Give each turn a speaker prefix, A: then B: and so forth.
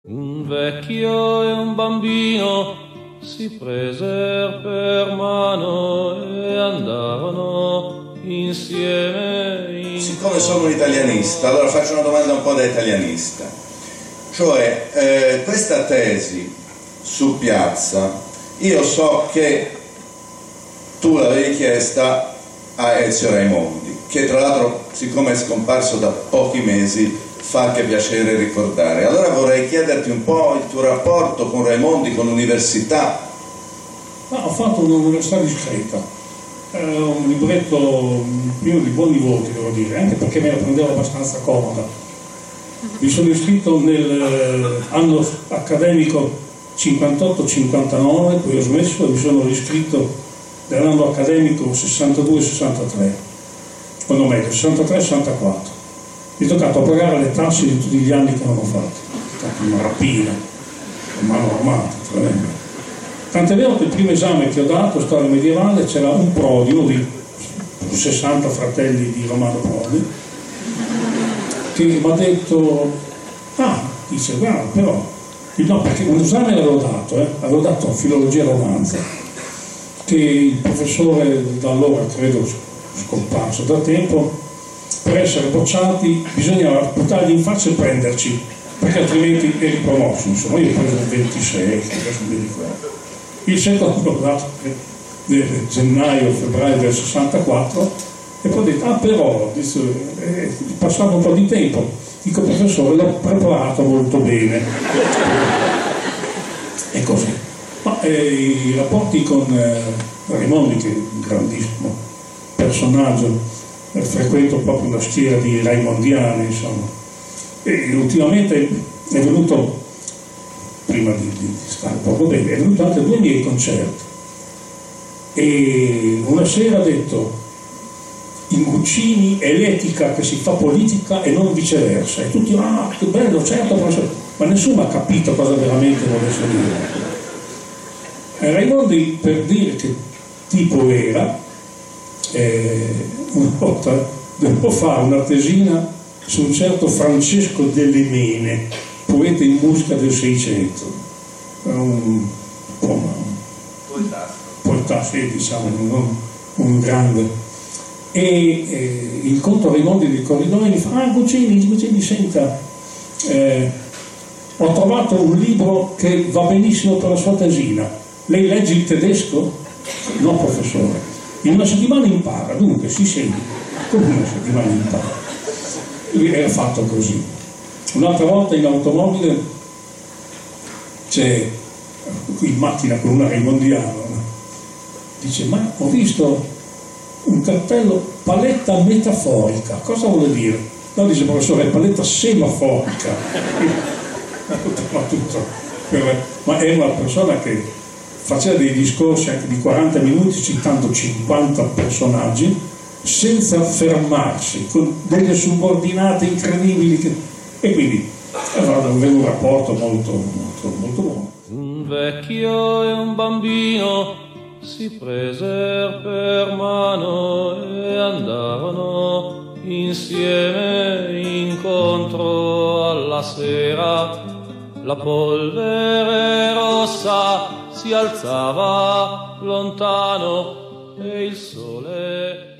A: Un vecchio e un bambino si presero per mano e andavano insieme.
B: Siccome sono un italianista, allora faccio una domanda un po' da italianista. Cioè, questa tesi su Piazza, io so che tu l'avevi chiesta a Ezio Raimondi, che tra l'altro, siccome è scomparso da pochi mesi, fa anche piacere ricordare. Allora vorrei chiederti un po' il tuo rapporto con Raimondi, con l'università.
C: Ho fatto un'università discreta, un libretto pieno di buoni voti, devo dire, anche perché me la prendevo abbastanza comoda. Mi sono iscritto nell'anno accademico 58-59, poi ho smesso e mi sono iscritto nell'anno accademico 62-63, o no meglio, 63-64. Mi è toccato pagare le tasse di tutti gli anni che non ho fatto. È stata una rapina, una mano armata, tremenda. Tant'è vero che il primo esame che ho dato, storia medievale, c'era un Prodi, uno dei 60 fratelli di Romano Prodi, che mi ha detto, dice, guarda, però, no, perché un esame avevo dato filologia romanza, che il professore da allora, credo scomparso da tempo, per essere bocciati bisognava buttargli in faccia e prenderci, perché altrimenti eri promosso. Insomma, io ho preso il 26, adesso mi ricordo. Il secondo l'ho dato nel gennaio-febbraio del 64 e poi ho detto, però, passava un po' di tempo, dico professore, l'ho preparato molto bene. E così. Ma i rapporti con Raimondi, che è un grandissimo personaggio, frequento proprio una schiera di raimondiani, insomma, e ultimamente è venuto, prima di stare proprio bene, è venuto anche a 2 miei concerti e una sera ha detto: in Guccini è l'etica che si fa politica e non viceversa, e tutti, che bello, certo, professore, ma nessuno ha capito cosa veramente volesse dire. Raimondi, per dire che tipo era, una volta dovevo fare una tesina su un certo Francesco delle Mene, poeta in musica del Seicento, un poeta, sì, diciamo, non un grande. E incontro Raimondi del corridoio e mi fa: Guccini, senta, ho trovato un libro che va benissimo per la sua tesina, lei legge il tedesco? No, professore. In una settimana impara, dunque si sente come una settimana impara. Lui era fatto così. Un'altra volta in automobile c'è in macchina con una raimondiana, dice: ma ho visto un cartello paletta metaforica, cosa vuole dire? No, dice professore, è paletta semaforica. Ma è una persona che faceva dei discorsi anche di 40 minuti citando 50 personaggi senza fermarsi, con delle subordinate incredibili e quindi aveva un rapporto molto buono.
A: Un vecchio e un bambino si presero per mano e andavano insieme incontro alla sera. La polvere rossa si alzava lontano e il sole